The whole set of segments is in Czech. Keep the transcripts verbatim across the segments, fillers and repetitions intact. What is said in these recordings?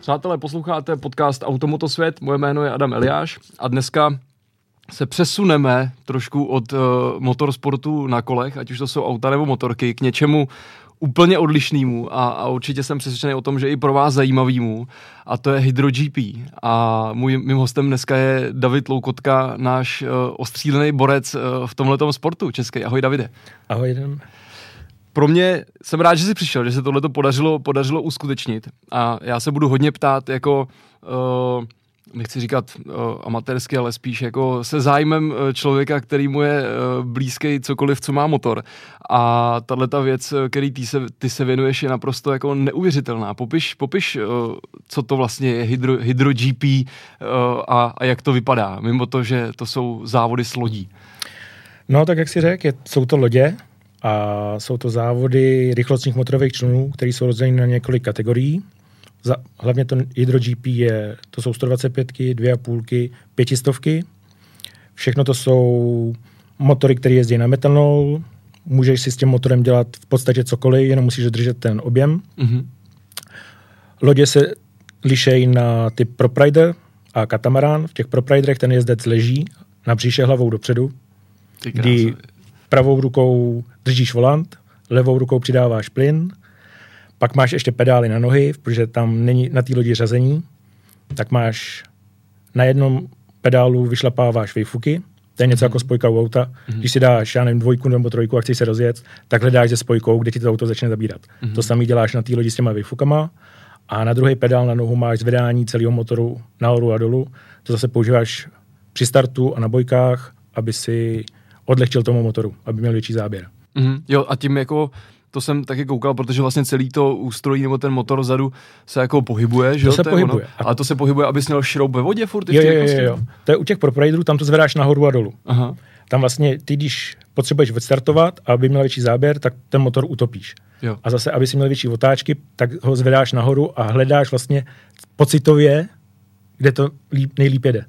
Přátelé, posloucháte podcast Automotosvět, moje jméno je Adam Eliáš a dneska se přesuneme trošku od uh, motorsportu na kolech, ať už to jsou auta nebo motorky, k něčemu úplně odlišnému a, a určitě jsem přesvědčený o tom, že i pro vás zajímavýmu, a to je Hydro G P. A můj, mým hostem dneska je David Loukotka, náš uh, ostřílený borec uh, v tomhletom sportu český. Ahoj, Davide. Ahoj, Adam. Pro mě, jsem rád, že jsi přišel, že se tohleto podařilo, podařilo uskutečnit a já se budu hodně ptát jako, uh, nechci říkat uh, amatérsky, ale spíš jako se zájmem člověka, který mu je uh, blízký cokoliv, co má motor. A tahleta věc, který ty se, ty se věnuješ, je naprosto jako neuvěřitelná. Popiš, popiš uh, co to vlastně je Hydro, Hydro G P uh, a, a jak to vypadá, mimo to, že to jsou závody s lodí. No tak jak jsi řekl, jsou to lodě, a jsou to závody rychlostních motorových člunů, které jsou rozděleny na několik kategorií. Za, hlavně to Hydro G P je, to jsou sto dvacet pětky, dvě a půlky, pětistovky. Všechno to jsou motory, které jezdí na metanol. Můžeš si s tím motorem dělat v podstatě cokoliv, jenom musíš držet ten objem. Mm-hmm. Lodě se lišejí na typ proprider a katamarán. V těch propriderech ten jezdec leží na břiše hlavou dopředu, kdy pravou rukou držíš volant, levou rukou přidáváš plyn, pak máš ještě pedály na nohy, protože tam není na té lodi řazení, tak máš na jednom pedálu vyšlapáváš výfuky, to je něco mm. jako spojka u auta. Mm. Když si dáš, já nevím, dvojku nebo trojku a chceš se rozjet, tak hledáš se spojkou, kde ti to auto začne zabírat. Mm. To samý děláš na té lodi s těma výfukama a na druhý pedál na nohu máš zvedání celého motoru nahoru a dolů. To zase používáš při startu a na bojkách, aby si odlehčil tomu motoru, aby měl větší záběr. Mm-hmm. Jo, a tím jako, to jsem taky koukal, protože vlastně celý to ústrojí nebo ten motor vzadu se jako pohybuje, že to jo? se to pohybuje. Ono, ale to se pohybuje, abys měl šroub ve vodě furt? Jo, jo, jo, jo. To je u těch propriderů, tam to zvedáš nahoru a dolů. Aha. Tam vlastně ty, když potřebuješ odstartovat, aby měl větší záběr, tak ten motor utopíš. Jo. A zase, aby si měl větší otáčky, tak ho zvedáš nahoru a hledáš vlastně pocitově, kde to líp, nejlíp jede.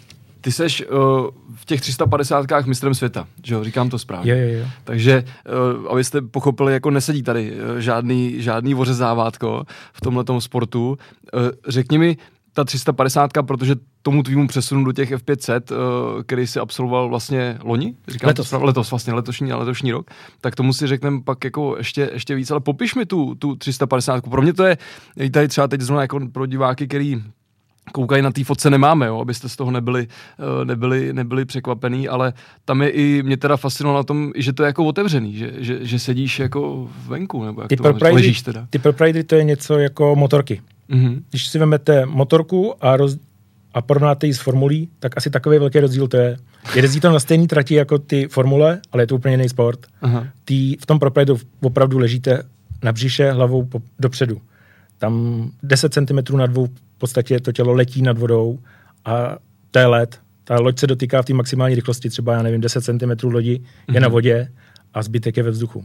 Ty seš uh, v těch tři sta padesátkách mistrem světa, že jo, říkám to správně. Jo, jo, jo. Takže, uh, abyste pochopili, jako nesedí tady uh, žádný, žádný vořezávátko v tomhletom sportu. Uh, řekni mi, ta tři sta padesátka, protože tomu tvýmu přesunu do těch F pět set, uh, který si absolvoval vlastně loni? Říkám letos. To správně, letos vlastně, letošní a letošní rok. Tak tomu si řekneme pak jako ještě, ještě víc, ale popiš mi tu, tu tři sta padesátku. Pro mě to je, tady třeba teď zrovna jako pro diváky, který koukají na té fotce nemáme, jo, abyste z toho nebyli, nebyli, nebyli překvapený, ale tam je i, mě teda fascinovalo na tom, že to je jako otevřený, že, že, že sedíš jako venku, nebo jak ty to ležíš teda. Ty propridery to je něco jako motorky. Mm-hmm. Když si vezmete motorku a, roz, a porovnáte ji s formulí, tak asi takový velký rozdíl to je. Jezdí to na stejné trati jako ty formule, ale je to úplně jiný sport. Aha. Tý, v tom proprideru opravdu ležíte na břiše hlavou po, dopředu. Tam deset centimetrů nad dvou v podstatě to tělo letí nad vodou a to je let. Ta loď se dotýká v té maximální rychlosti, třeba, já nevím, deset centimetrů lodi je mm-hmm. na vodě a zbytek je ve vzduchu.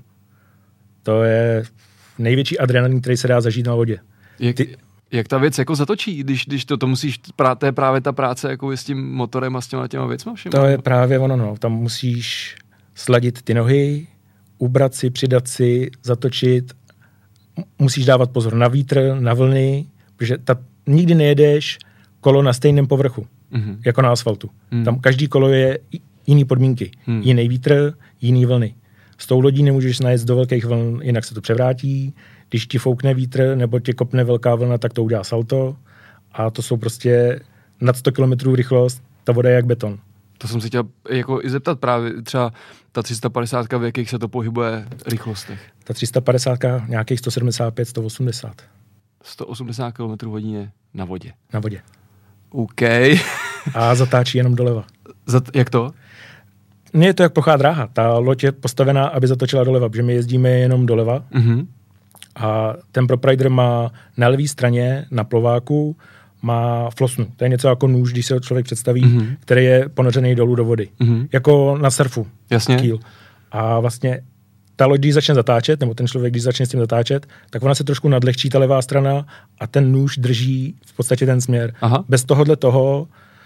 To je největší adrenalin, který se dá zažít na vodě. Jak, Ty... jak ta věc jako zatočí, když, když to, to musíš, to je právě ta práce jako s tím motorem a s těma, těma věcma všema? To je právě ono, no. Tam musíš sladit ty nohy, ubrat si, přidat si, zatočit. Musíš dávat pozor na vítr, na vlny, protože ta, nikdy nejedeš kolo na stejném povrchu, mm-hmm. jako na asfaltu. Mm. Tam každý kolo je jiný podmínky. Mm. Jiný vítr, jiný vlny. S tou lodí nemůžeš najet do velkých vln, jinak se to převrátí. Když ti foukne vítr nebo tě kopne velká vlna, tak to udělá salto. A to jsou prostě nad sto kilometrů rychlost, ta voda je jak beton. To jsem si chtěl jako i zeptat právě, třeba ta tři sta padesátka, v jakých se to pohybuje rychlostech? Ta tři sta padesátka nějakých sto sedmdesát pět, sto osmdesát. sto osmdesát kilometrů hodině na vodě. Na vodě. OK. A zatáčí jenom doleva. Zat, jak to? Mně je to jak plochá dráha. Ta loď je postavená, aby zatočila doleva, protože my jezdíme jenom doleva. Mm-hmm. A ten proprider má na levé straně, na plováku, má flosnu. To je něco jako nůž, když se člověk představí, mm-hmm. který je ponořený dolů do vody. Mm-hmm. Jako na surfu. Jasně. Kýl. A vlastně ta loď, když začne zatáčet, nebo ten člověk, když začne s tím zatáčet, tak ona se trošku nadlehčí, ta levá strana, a ten nůž drží v podstatě ten směr. Aha. Bez tohohle toho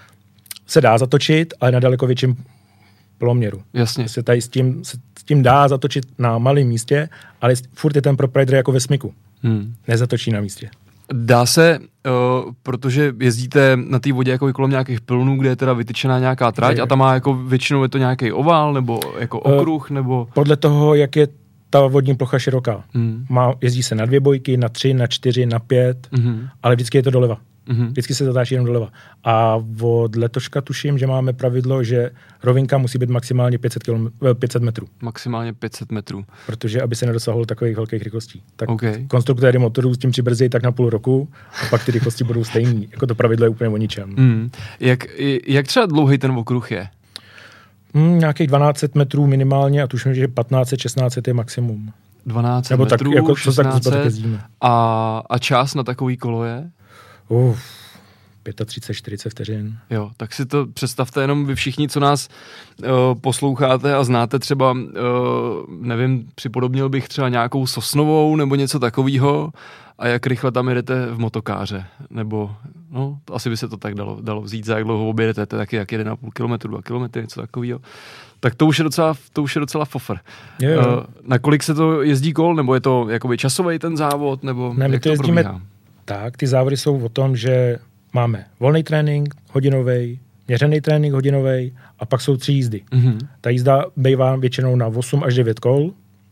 se dá zatočit, ale na daleko větším poloměru. Jasně. Se tady s tím, se s tím dá zatočit na malém místě, ale furt je ten proprider jako ve smyku. Hmm. Nezatočí na místě. Dá se, uh, protože jezdíte na té vodě jako kolem nějakých pilnů, kde je teda vytyčená nějaká trať a tam má jako většinou je to nějaký ovál nebo jako okruh, nebo... Podle toho, jak je ta vodní plocha široká. Hmm. Má, jezdí se na dvě bojky, na tři, na čtyři, na pět, hmm. ale vždycky je to doleva. Mm-hmm. Vždycky se zatáčí jenom doleva. A od letoška tuším, že máme pravidlo, že rovinka musí být maximálně pět set, kilom- pět set metrů. Maximálně pět set metrů. Protože aby se nedosahovalo takových velkých rychlostí. Tak okay. konstruktéry motorů s tím přibrzdí tak na půl roku a pak ty rychlosti budou stejný. Jako to pravidlo je úplně o ničem. Mm. Jak, jak třeba dlouhý ten okruh je? Mm, nějakých dvanáct set metrů minimálně a tuším, že patnáct set, šestnáct set je maximum. dvanáct set Nebo metrů, tak, jako, šestnáct set. Tak a, a čas na takový kolo je? Uf, třicet pět, čtyřicet vteřin. Jo, tak si to představte jenom vy všichni, co nás uh, posloucháte a znáte třeba, uh, nevím, připodobnil bych třeba nějakou Sosnovou nebo něco takového a jak rychle tam jedete v motokáře, nebo, no, asi by se to tak dalo, dalo vzít, za jak dlouho objedete, taky jak jeden a půl kilometru, dva kilometry, něco takového. Tak to už je docela, to už je docela fofr. Je, jo. Uh, na kolik se to jezdí kol, nebo je to jakoby časový ten závod, nebo ne, jak to, to jezdíme, probíhá? Tak, ty závody jsou o tom, že máme volný trénink, hodinový, měřený trénink hodinový a pak jsou tři jízdy. Mm-hmm. Ta jízda bývá většinou na osm až devět kol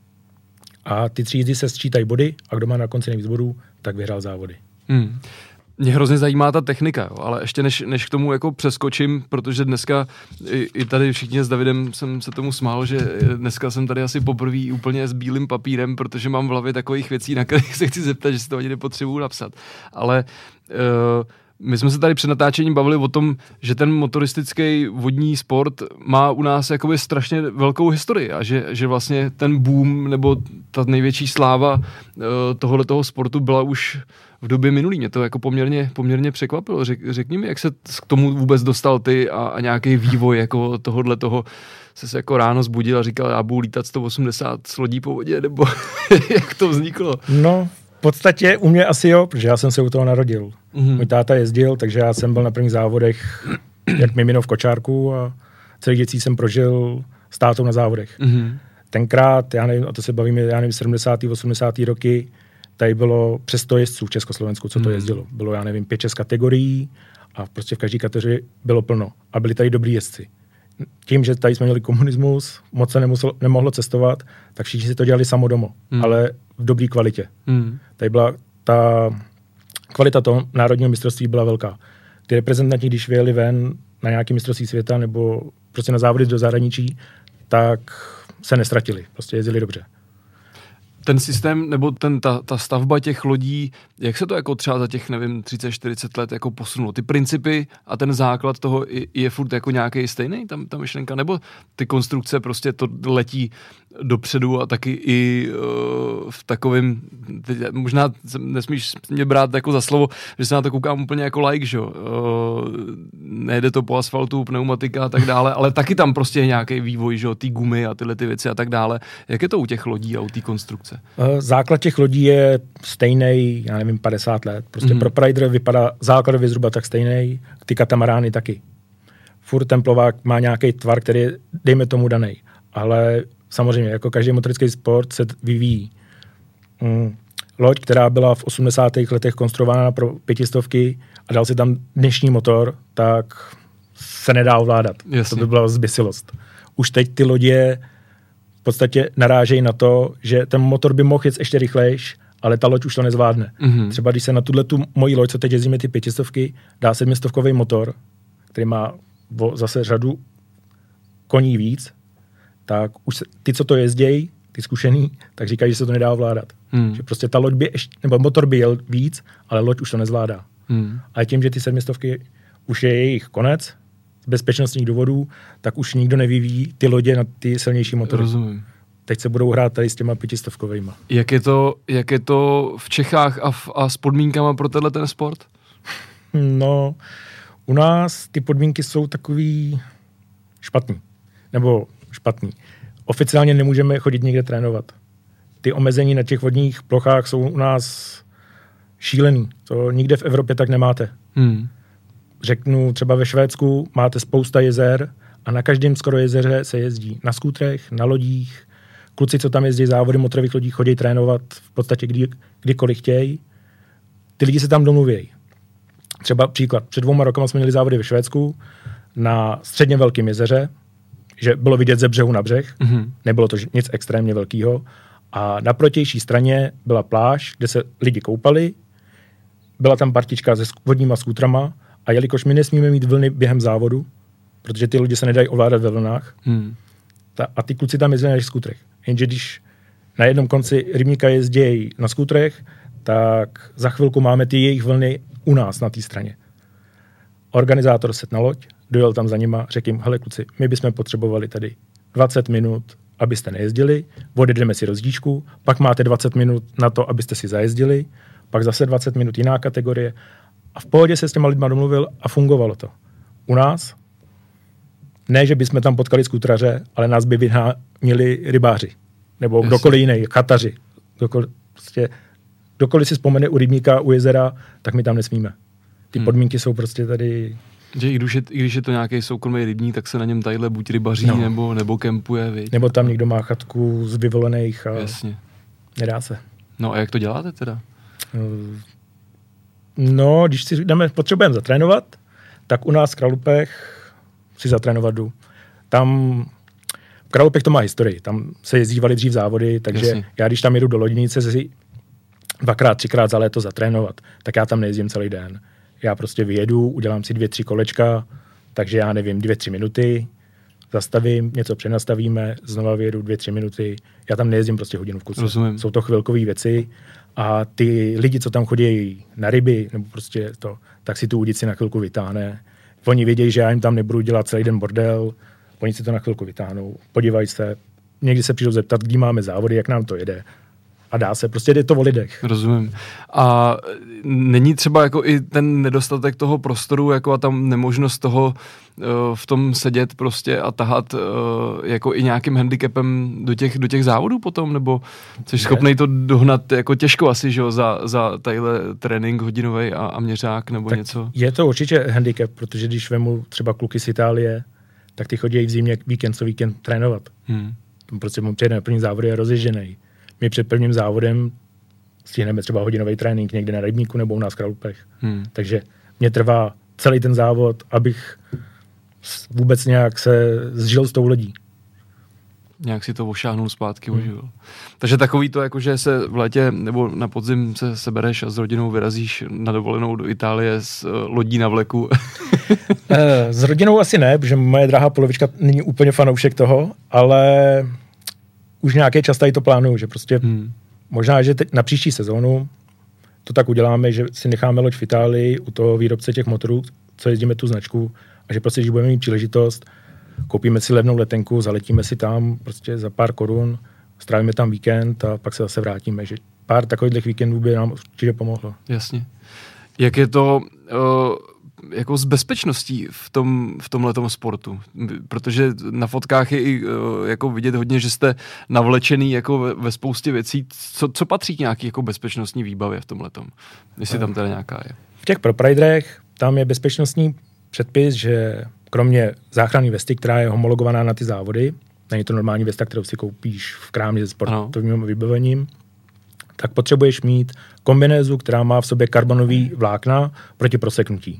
a ty tři jízdy se sčítají body a kdo má na konci nejvíc bodů, tak vyhrál závody. Mm. Mě hrozně zajímá ta technika, jo, ale ještě než, než k tomu jako přeskočím, protože dneska i, i tady všichni s Davidem jsem se tomu smál, že dneska jsem tady asi poprvé úplně s bílým papírem, protože mám v hlavě takových věcí, na kterých se chci zeptat, že si to ani nepotřebuju napsat. Ale uh, my jsme se tady před natáčením bavili o tom, že ten motoristický vodní sport má u nás jakoby strašně velkou historii a že, že vlastně ten boom nebo ta největší sláva uh, tohohle toho sportu byla už v době minulý. Mě to jako poměrně, poměrně překvapilo. Řek, řekni mi, jak se k tomu vůbec dostal ty a, a nějaký vývoj jako tohodle toho, se se jako ráno zbudil a říkal, já budu lítat sto osmdesát s lodí po vodě, nebo jak to vzniklo? No, v podstatě u mě asi jo, protože já jsem se u toho narodil. Mm-hmm. Můj táta jezdil, takže já jsem byl na prvních závodech jak mimino v kočárku a celý dětství jsem prožil s tátou na závodech. Mm-hmm. Tenkrát, já nevím, a to se bavíme, já nevím, sedmdesátá osmdesátá roky, tady bylo přes sto jezdců v Československu, co to jezdilo. Bylo, já nevím, pět, šest kategorií a prostě v každé kategorii bylo plno. A byli tady dobrý jezdci. Tím, že tady jsme měli komunismus, moc se nemusel, nemohlo cestovat, tak všichni si to dělali samodomo, hmm. ale v dobré kvalitě. Hmm. Tady byla ta kvalita toho národního mistrovství byla velká. Ty reprezentanti, když vyjeli ven na nějaké mistrovství světa nebo prostě na závody do zahraničí, tak se nestratili, prostě jezdili dobře. Ten systém, nebo ten, ta, ta stavba těch lodí, jak se to jako třeba za těch, nevím, třicet čtyřicet let jako posunulo? Ty principy a ten základ toho je, je furt jako nějaký stejný, tam, ta myšlenka? Nebo ty konstrukce prostě to letí dopředu a taky i uh, v takovém, možná nesmíš mě brát jako za slovo, že se na to koukám úplně jako like, že jo? Uh, nejde to po asfaltu, pneumatika a tak dále, ale taky tam prostě je nějaký vývoj, že jo? Ty gumy a tyhle ty věci a tak dále. Jak je to u těch lodí a u té konstrukce? Základ těch lodí je stejný, já nevím, padesát let. Prostě mm. pro Prider vypadá základově zhruba tak stejný, ty katamarány taky. Furt ten plovák má nějaký tvar, který je, dejme tomu, daný. Ale samozřejmě, jako každý motorický sport se vyvíjí. Mm. Loď, která byla v osmdesátých letech konstruována pro pětistovky a dal si tam dnešní motor, tak se nedá ovládat. Jasně. To by byla zběsilost. Už teď ty lodě v podstatě narážejí na to, že ten motor by mohl jet ještě rychlejš, ale ta loď už to nezvládne. Mm-hmm. Třeba když se na tuhle tu moji loď, co teď jezdíme ty pětistovky, dá sedmistovkový motor, který má zase řadu koní víc, tak už se, ty, co to jezdějí, ty zkušený, tak říkají, že se to nedá ovládat. Mm. Že prostě ta loď by ještě, nebo motor by jel víc, ale loď už to nezvládá. Mm. A tím, že ty sedmistovky už je jejich konec, z bezpečnostních důvodů, tak už nikdo nevyvíjí ty lodě na ty silnější motory. Rozumím. Teď se budou hrát tady s těma pětistovkovejma. Jak je to, jak je to v Čechách a, v, a s podmínkama pro tenhle ten sport? No, u nás ty podmínky jsou takový špatný. Nebo špatný. Oficiálně nemůžeme chodit někde trénovat. Ty omezení na těch vodních plochách jsou u nás šílený. To nikde v Evropě tak nemáte. Hmm. Řeknu, třeba ve Švédsku máte spousta jezer a na každém skoro jezeře se jezdí na skútrech, na lodích. Kluci, co tam jezdí závody motorových lodí, chodí trénovat v podstatě kdy, kdykoliv chtějí. ty lidi se tam domluvějí. Třeba příklad, před dvouma rokama jsme měli závody ve Švédsku na středně velkém jezeře, že bylo vidět ze břehu na břeh, mm-hmm. nebylo to nic extrémně velkého. A na protější straně byla pláž, kde se lidi koupali, byla tam partička se vodníma skútrama a jelikož my nesmíme mít vlny během závodu, protože ty lidi se nedají ovládat ve vlnách, mm. ta, a ty kluci tam jezdí na těch skútrech. Jenže když na jednom konci rybníka jezdí na skútrech, tak za chvilku máme ty jejich vlny u nás na té straně. Organizátor set na loď, dojel tam za nima, řekl jim, hele kluci, my bychom potřebovali tady dvacet minut, abyste nejezdili, odjedeme si rozdíčku, pak máte dvacet minut na to, abyste si zajezdili, pak zase dvacet minut jiná kategorie a v pohodě se s těma lidma domluvil a fungovalo to. U nás ne, že bychom tam potkali skútraře, ale nás by vyháněli rybáři nebo Jasně. kdokoliv jiný, chataři. Kdokoliv, prostě, kdokoliv si vzpomene u rybníka, u jezera, tak my tam nesmíme. Ty hmm. podmínky jsou prostě tady... Že i když je, i když je to nějaký soukromý rybník, tak se na něm tadyhle buď rybaří, no. nebo, nebo kempuje. Viď? Nebo tam někdo má chatku z vyvolených a Jasně. nedá se. No a jak to děláte teda? No, když si jdeme, potřebujeme zatrénovat, tak u nás v Kralupech si zatrénovat jdu. Tam v Kralupech to má historii, tam se jezdívali dřív závody, takže Jasně. já když tam jedu do Loděnice si dvakrát, třikrát za léto zatrénovat, tak já tam nejezdím celý den. Já prostě vyjedu, udělám si dvě, tři kolečka, takže já nevím, dvě, tři minuty, zastavím, něco přenastavíme, znova vyjedu dvě, tři minuty. Já tam nejezdím prostě hodinu v kuse. Rozumím. Jsou to chvilkové věci a ty lidi, co tam chodí na ryby, nebo prostě to, tak si tu udici na chvilku vytáhne. Oni vědějí, že já jim tam nebudu dělat celý den bordel, oni si to na chvilku vytáhnou, podívají se, někdy se přijdou zeptat, kdy máme závody, jak nám to jede. A dá se, prostě jde to o lidech. Rozumím. A není třeba jako i ten nedostatek toho prostoru, jako a tam nemožnost toho uh, v tom sedět prostě a tahat uh, jako i nějakým handicapem do těch, do těch závodů potom, nebo jsi schopnej to dohnat jako těžko asi, že jo, za, za tadyhle trénink hodinovej a, a měřák nebo tak něco? Je to určitě handicap, protože když vemu třeba kluky z Itálie, tak ty chodí v zimě víkend co víkend trénovat. Hmm. Prostě mu přijde na první závody je rozježděnej. My před prvním závodem stihneme třeba hodinový trénink někde na rybníku nebo u nás v Kralupech. Hmm. Takže mě trvá celý ten závod, abych vůbec nějak se zžil s tou lidí. Nějak si to ošáhnul zpátky, hmm. oživil. Takže takový to, jako že se v létě nebo na podzim se sebereš a s rodinou vyrazíš na dovolenou do Itálie s lodí na vleku. S rodinou asi ne, protože moje drahá polovička není úplně fanoušek toho, ale už nějaký čas tady to plánuju, že prostě hmm. možná, že teď na příští sezónu to tak uděláme, že si necháme loď v Itálii u toho výrobce těch motorů, co jezdíme tu značku, a že prostě, když budeme mít příležitost, koupíme si levnou letenku, zaletíme si tam prostě za pár korun, strávíme tam víkend a pak se zase vrátíme, že pár takových víkendů by nám určitě pomohlo. Jasně. Jak je to uh, jako s bezpečností v tom, v tomhletom sportu? Protože na fotkách je i uh, jako vidět hodně, že jste navlečený jako ve, ve spoustě věcí. Co, co patří k nějaký jako bezpečnostní výbavě v tomhletom? Jestli tam teda nějaká je. V těch propriderech tam je bezpečnostní předpis, že kromě záchranné vesty, která je homologovaná na ty závody, není to normální vesta, kterou si koupíš v krámě se sportovním ano. vybavením, tak potřebuješ mít kombinézu, která má v sobě karbonový vlákna proti proseknutí.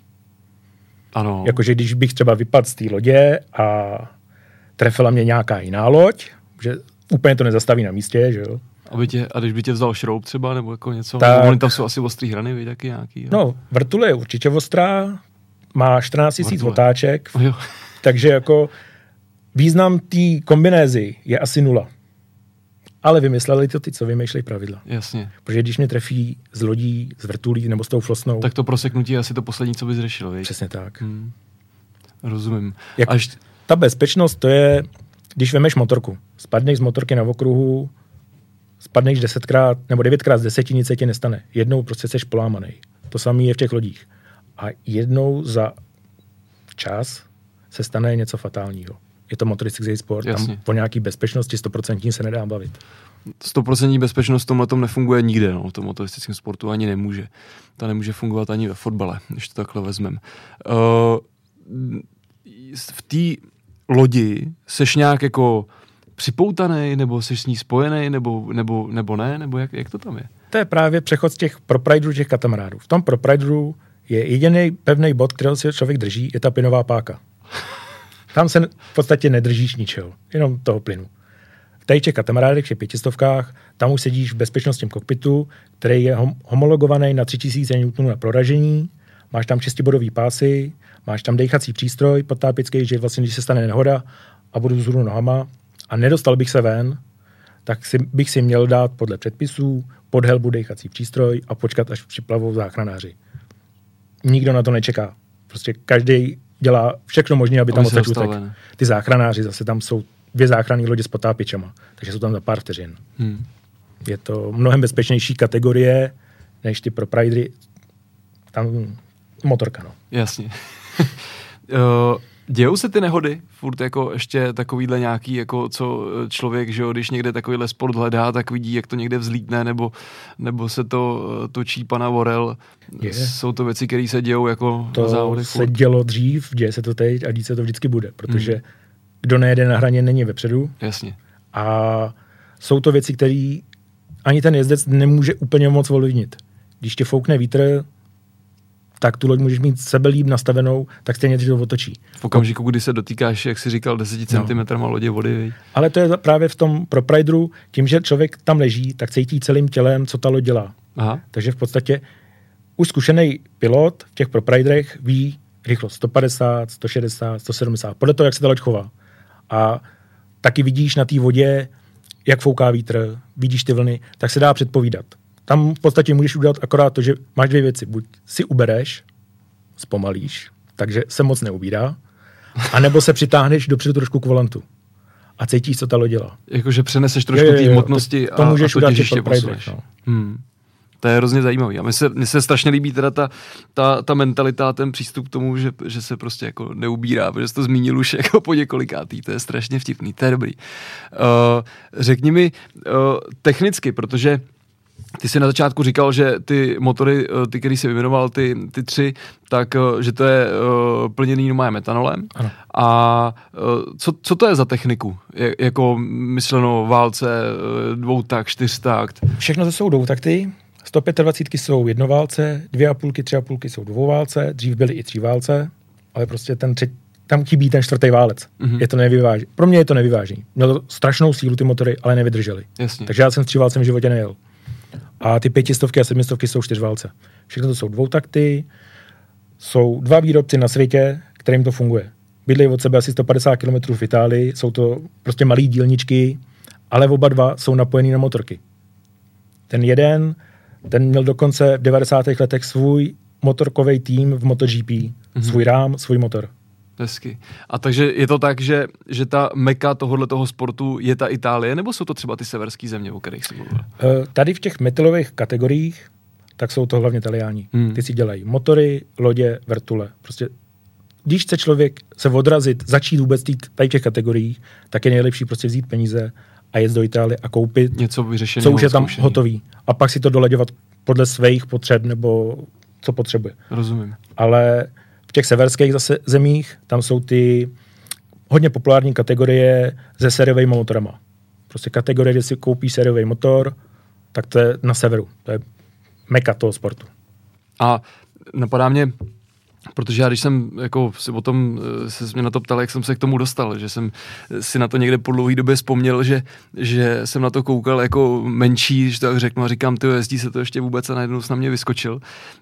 Ano. Jakože když bych třeba vypadl z té lodě a trefila mě nějaká jiná loď, že úplně to nezastaví na místě, že jo. Aby tě, a když by tě vzal šroub třeba, nebo jako něco, tak, oni tam jsou asi ostrý hrany, víš, taky nějaký. Jo? No, vrtule je určitě ostrá, má čtrnáct tisíc otáček, jo. Takže jako význam té kombinézy je asi nula. Ale vymysleli to ty, co vymýšlejí pravidla. Jasně. Protože když mě trefí z lodí, z vrtulí nebo s tou flosnou... Tak to proseknutí je asi to poslední, co bys řešil, víš? Přesně tak. Hmm. Rozumím. Jak, Až... Ta bezpečnost, to je, když vemeš motorku, spadneš z motorky na okruhu, spadneš desetkrát, nebo devětkrát z deseti, nic se ti nestane. Jednou prostě seš polámanej. To samé je v těch lodích. A jednou za čas se stane něco fatálního. Je to motoristický sport, Jasně. tam po nějaký bezpečnosti sto procent se nedá bavit. sto procent bezpečnost v tomhle tom nefunguje nikde, no, v tom motoristickém sportu ani nemůže. To nemůže fungovat ani ve fotbale, když to takhle vezmeme. Uh, v té lodi seš nějak jako připoutanej, nebo seš s ní spojenej, nebo, nebo, nebo ne, nebo jak, jak to tam je? to je právě přechod z těch propriderů těch katamarádů. V tom proprideru je jediný pevný bod, kterého se člověk drží, je ta plynová páka. Tam se v podstatě nedržíš ničeho, jenom toho plynu. V těch katamarádech, v těch pětistovkách, tam už sedíš v bezpečnostním kokpitu, který je hom- homologovaný na tři tisíce newtonů na proražení, máš tam šestibodový pásy, máš tam dechací přístroj podtápěcký, že vlastně, když se stane nehoda a budu vzhůru nohama a nedostal bych se ven, tak si, bych si měl dát podle předpisů pod helbu dechací přístroj a počkat, až připlavou záchranáři. Nikdo na to nečeká. Prostě každý dělá všechno možné, aby tam odsaď utek. Ty záchranáři, zase tam jsou dvě záchranné lodě s potápěčema, takže jsou tam za pár vteřin. Hmm. Je to mnohem bezpečnější kategorie, než ty propridery. Tam motorka, no. Jasně. Dějou se ty nehody? Furt jako ještě takovýhle nějaký, jako co člověk, že jo, když někde takovýhle sport hledá, tak vidí, jak to někde vzlítne, nebo, nebo se to točí pana Vorel. Je. Jsou to věci, které se dějou jako to na závodech? To se dělo dřív, děje se to teď a dít se to vždycky bude, protože hmm. kdo nejede na hraně, není vepředu. Jasně. A jsou to věci, které ani ten jezdec nemůže úplně moc ovlivnit. Když tě foukne vítr, tak tu loď můžeš mít sebelíp nastavenou, tak stejně ti to otočí. V okamžiku, kdy se dotýkáš, jak jsi říkal, deset centimetrů lodě vody. Viď? Ale to je právě v tom proprideru, tím, že člověk tam leží, tak cítí celým tělem, co ta loď dělá. Aha. Takže v podstatě už zkušený pilot v těch propriderech ví rychlost sto padesát, sto šedesát, sto sedmdesát, podle toho, jak se ta loď chová. A taky vidíš na té vodě, jak fouká vítr, vidíš ty vlny, tak se dá předpovídat. Tam v podstatě můžeš udělat akorát to, že máš dvě věci. Buď si ubereš, zpomalíš, takže se moc neubírá, anebo se přitáhneš dopředu trošku k volantu a cítíš, co ta loď dělá. Jakože přeneseš trošku té hmotnosti to, to můžeš a, a to udělat těžiště posuneš. No. Hmm. To je hrozně zajímavý. A mně se, mně se strašně líbí teda ta, ta, ta mentalita, ten přístup k tomu, že, že se prostě jako neubírá, protože jsi to zmínil už jako po několikátý. To je strašně vtipný, to je dobrý. Uh, řekni mi uh, technicky, protože ty jsi na začátku říkal, že ty motory, ty, který jsi vyjmenoval, ty, ty tři, tak že to je uh, plněný normálně metanolem. Ano. A uh, co, co to je za techniku? Je, jako myšleno válce, dvoutakt, čtyřtakt? Všechno to jsou dvoutakty. sto dvacet pět jsou jednoválce, dvě a půlky, tři a půlky jsou dvouválce, dřív byly i tříválce, ale prostě ten tři, tam chybí ten čtvrtý válec. Mm-hmm. Je to nevyvážený. Pro mě je to nevyvážený. Mělo to strašnou sílu ty motory, ale nevydržely. Jasně. Takže já jsem s tříválcem v životě nejel. A ty pětistovky a sedmistovky jsou čtyřválce. Všechno to jsou dvoutakty, jsou dva výrobci na světě, kterým to funguje. Bydlí od sebe asi sto padesát kilometrů v Itálii, jsou to prostě malý dílničky, ale oba dva jsou napojený na motorky. Ten jeden, ten měl dokonce v devadesátých letech svůj motorkový tým v MotoGP. Mm-hmm. Svůj rám, svůj motor. Hezky. A takže je to tak, že, že ta meka tohohle toho sportu je ta Itálie, nebo jsou to třeba ty severské země, o kterých jsi mluvil? Tady v těch metylových kategoriích, tak jsou to hlavně Taliáni. Hmm. Ty si dělají motory, lodě, vrtule. Prostě, když chce člověk se odrazit, začít vůbec tý, tady v těch kategoriích, tak je nejlepší prostě vzít peníze a jet do Itálie a koupit něco vyřešeného, co už je tam hotový. A pak si to dolaďovat podle svých potřeb nebo co potřebuje. Rozumím. Ale v těch severských zase zemích, tam jsou ty hodně populární kategorie se sériovými motorama. Prostě kategorie, kde si koupíš sériový motor, tak to je na severu. To je meka toho sportu. A napadá mě, protože já když jsem jako si o tom se mě na to ptal, jak jsem se k tomu dostal, že jsem si na to někde po dlouhé době vzpomněl, že, že jsem na to koukal jako menší, že to tak řeknu a říkám, ty jezdí se to ještě vůbec a najednou na mě vyskočil.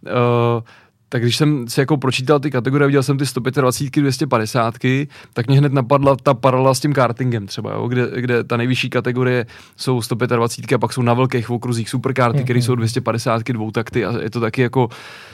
Uh, tak když jsem si jako pročítal ty kategorie, viděl jsem ty sto dvacet pět, dvě stě padesát, tak mě hned napadla ta paralela s tím kartingem třeba, jo, kde, kde ta nejvyšší kategorie jsou sto dvacet pět a pak jsou na velkých okruzích superkarty, mm-hmm. které jsou dvě stě padesát, dvoutakty a je to taky jako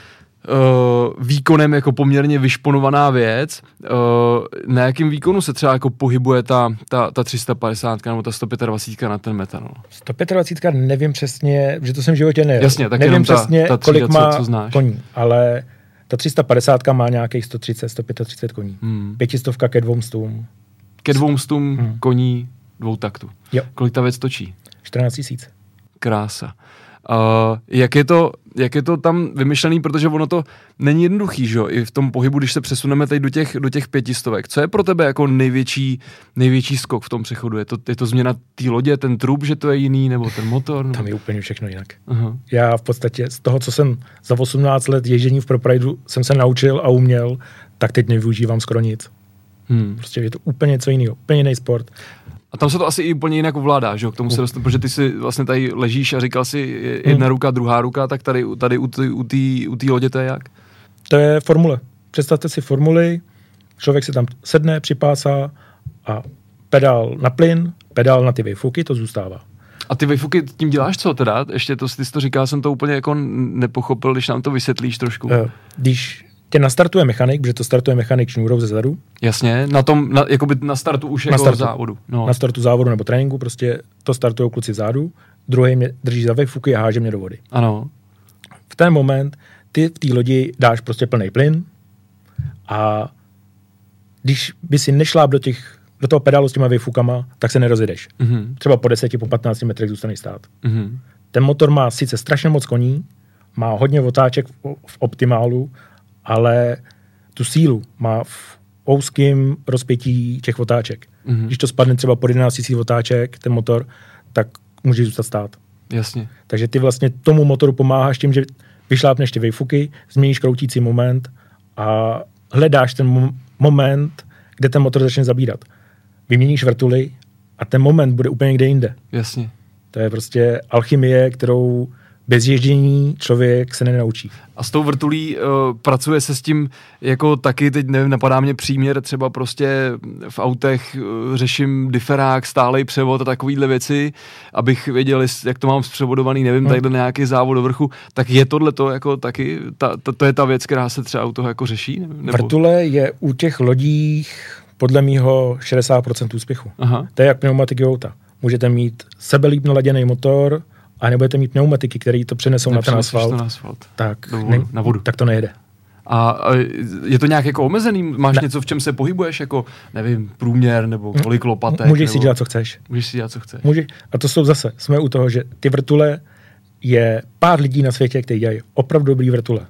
Uh, výkonem jako poměrně vyšponovaná věc. Uh, na jakém výkonu se třeba jako pohybuje ta, ta, ta tři sta padesát nebo ta sto dvacet pět na ten metanol? sto dvacet pět nevím přesně, že to jsem v životě nejel. Jasně, tak nevím ta, přesně, ta kolik třída, má co, co znáš. koní, ale ta tři sta padesát má nějakých sto třicet, sto třicet pět koní. Hmm. Pětistovka ke dvou stům. Ke dvou stům hmm. koní dvou taktu. Jo. Kolik ta věc točí? čtrnáct tisíc. Krása. Uh, jak, je to, jak je to tam vymyšlený, protože ono to není jednoduchý, že jo, i v tom pohybu, když se přesuneme teď do těch, do těch pětistovek. Co je pro tebe jako největší, největší skok v tom přechodu? Je to, je to změna té lodě, ten trup, že to je jiný, nebo ten motor? Nebo... Tam je úplně všechno jinak. Aha. Já v podstatě z toho, co jsem za osmnáct let ježdění v ProPrideu jsem se naučil a uměl, tak teď nevyužívám skoro nic. Hmm. Prostě je to úplně něco jiného, úplně jiný sport. A tam se to asi i úplně jinak ovládá, že jo? K tomu se dostane, protože ty si vlastně tady ležíš a říkal si jedna hmm. ruka, druhá ruka, tak tady, tady u té lodě to je jak? To je formule. Představte si formuli, člověk se tam sedne, připásá a pedál na plyn, pedál na ty vejfuky, to zůstává. A ty vejfuky tím děláš co teda? Ještě to, ty jsi to říkal, jsem to úplně jako nepochopil, když nám to vysvětlíš trošku. Když tě nastartuje mechanik, protože to startuje mechanik šňůrou ze zadu. Jasně, na tom, na, jakoby na startu už na jako startu, závodu. No. Na startu závodu nebo tréninku, prostě to startují kluci zádu, druhý mě drží za vejfuky a háže mě do vody. Ano. V ten moment ty v té lodi dáš prostě plný plyn a když by si nešláp do, těch, do toho pedálu s těma vejfukama, tak se nerozjedeš. Mm-hmm. Třeba po deseti, po patnácti metrech zůstaneš stát. Mm-hmm. Ten motor má sice strašně moc koní, má hodně otáček v, v optimálu, ale tu sílu má v úzkém rozpětí těch otáček. Mm-hmm. Když to spadne třeba pod jedenáct tisíc otáček, ten motor, tak můžeš zůstat stát. Jasně. Takže ty vlastně tomu motoru pomáháš tím, že vyšlápneš ty vejfuky, změníš kroutící moment a hledáš ten mo- moment, kde ten motor začne zabírat. Vyměníš vrtuly a ten moment bude úplně někde jinde. Jasně. To je prostě alchymie, kterou bez ježdění člověk se nenaučí. A s tou vrtulí uh, pracuje se s tím jako taky, teď nevím, napadá mě příměr, třeba prostě v autech uh, řeším diferák, stálej převod a takovýhle věci, abych věděl, jak to mám zpřevodovaný, nevím, hmm. tadyhle nějaký závod do vrchu, tak je tohle to jako taky, ta, ta, to je ta věc, která se třeba u toho jako řeší? Nebo... Vrtule je u těch lodích podle mýho šedesát procent úspěchu. Aha. To je jak pneumatiky auta. Můžete mít sebelíp naladěný motor, a nebudete mít pneumatiky, které to přenesou na ten asfalt, na asfalt. Tak, do, ne, na vodu. Tak to nejde. A, a je to nějak jako omezený? Máš ne. něco, v čem se pohybuješ? Jako, nevím, průměr nebo kolik lopatek? Můžeš nebo... si dělat, co chceš. Můžeš si dělat, co chceš. Můžeš. A to jsou zase, jsme u toho, že ty vrtule je pár lidí na světě, kteří dělají opravdu dobrý vrtule.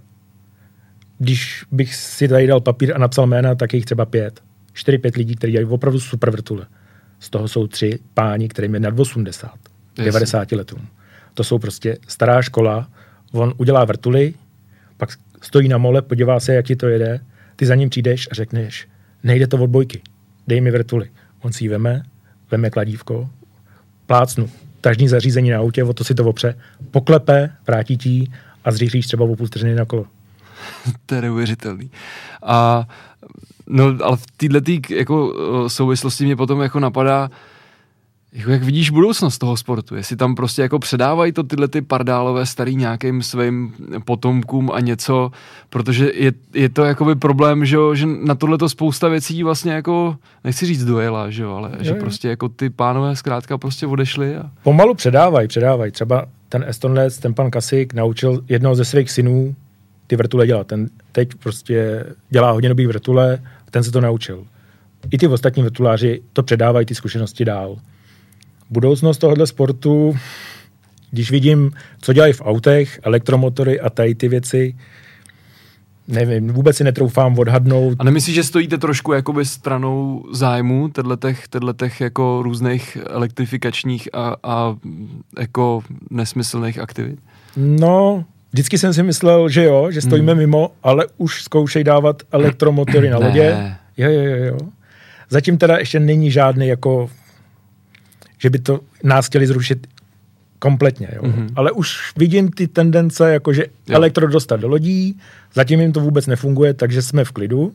Když bych si tady dal papír a napsal jména, tak je jich třeba pět. Čtyři, pět lidí, kteří dělají opravdu super vrtule. Z toho jsou tři páni, kterým je nad osmdesát, devadesát letům. To jsou prostě stará škola, on udělá vrtuly, pak stojí na mole, podívá se, jak ti to jede, ty za ním přijdeš a řekneš, nejde to od bojky, dej mi vrtuly. On si ji veme, veme kladívko, plácnu, tažní zařízení na autě, o to si to opře, poklepe, vrátí ti a zrychlíš třeba o půl vteřiny na kolo. To je neuvěřitelný. A no, ale v této jako souvislosti mě potom jako napadá, jako jak vidíš budoucnost toho sportu, jestli tam prostě jako předávají to tyhle ty pardálové starý nějakým svým potomkům a něco, protože je, je to jakoby problém, že, že na tohleto spousta věcí vlastně jako, nechci říct dojela, že jo, ale jo, že jo. Prostě jako ty pánové zkrátka prostě odešli. A... Pomalu předávají, předávají. Třeba ten Estonec, ten pan Kasik naučil jednoho ze svých synů ty vrtule dělat. Ten teď prostě dělá hodně dobrý vrtule, ten se to naučil. I ty ostatní vrtuláři to předávají ty zkušenosti dál. Budoucnost tohohle sportu, když vidím, co dělají v autech, elektromotory a tady ty věci, nevím, vůbec si netroufám odhadnout. A nemyslíš, že stojíte trošku jakoby stranou zájmu těchto jako různých elektrifikačních a, a jako nesmyslných aktivit? No, vždycky jsem si myslel, že jo, že stojíme hmm. mimo, ale už zkoušej dávat elektromotory na lodě. Jo, jo, jo, jo. Zatím teda ještě není žádný jako... že by to nás chtěli zrušit kompletně. Jo. Mm-hmm. Ale už vidím ty tendence, jakože elektro dostat do lodí, zatím jim to vůbec nefunguje, takže jsme v klidu,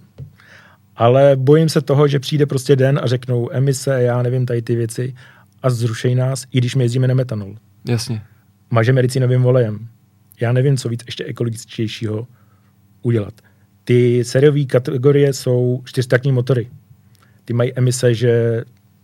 ale bojím se toho, že přijde prostě den a řeknou emise, já nevím, tady ty věci a zrušej nás, i když my jezdíme na metanol. Jasně. Mažeme ricinovým olejem. Já nevím, co víc ještě ekologičtějšího udělat. Ty sériové kategorie jsou čtyřtaktní motory. Ty mají emise, že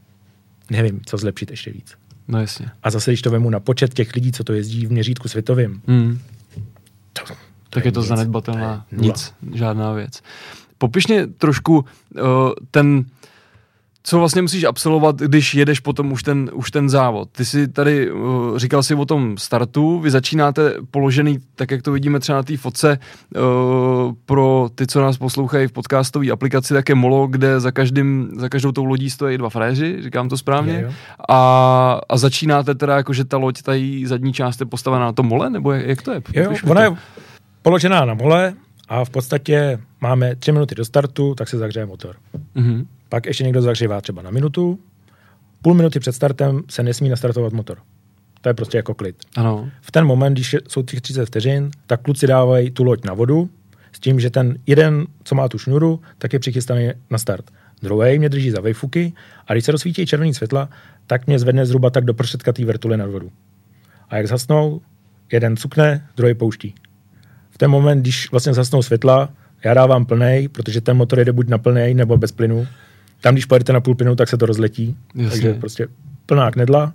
nevím, co zlepšit ještě víc. No jasně. A zase, když to vemu na počet těch lidí, co to jezdí v měřítku světovým, hmm. to, to tak je, je to nic, zanedbatelná nic, žádná věc. Popiš mě trošku uh, ten, co vlastně musíš absolvovat, když jedeš potom už ten, už ten závod. Ty jsi tady uh, říkal si o tom startu, vy začínáte položený, tak jak to vidíme třeba na té fotce, uh, pro ty, co nás poslouchají v podcastové aplikaci, tak je molo, kde za, každým, za každou tou lodí stojí dva fréři, říkám to správně, je, a, a začínáte teda jako, že ta loď, tady zadní část je postavená na tom mole, nebo jak, jak to je? Jo, ona je položená na mole a v podstatě máme tři minuty do startu, tak se zahřeje motor. Mhm. Pak ještě někdo zahřívá třeba na minutu. Půl minuty před startem se nesmí nastartovat motor. To je prostě jako klid. Ano. V ten moment, když jsou těch třicet vteřin, tak kluci dávají tu loď na vodu s tím, že ten jeden, co má tu šňůru, tak je přichystaný na start. Druhý mě drží za vejfuky a když se rozsvítí červený světla, tak mě zvedne zhruba tak do prostředka té vrtuly nad vodu. A jak zhasnou, jeden cukne, druhý pouští. V ten moment, když vlastně zhasnou světla, já dávám plnej, protože ten motor jede buď na plnej nebo bez plynu. Tam, když pojedete na půl plynu, tak se to rozletí. Jasně. Takže prostě plná knedla.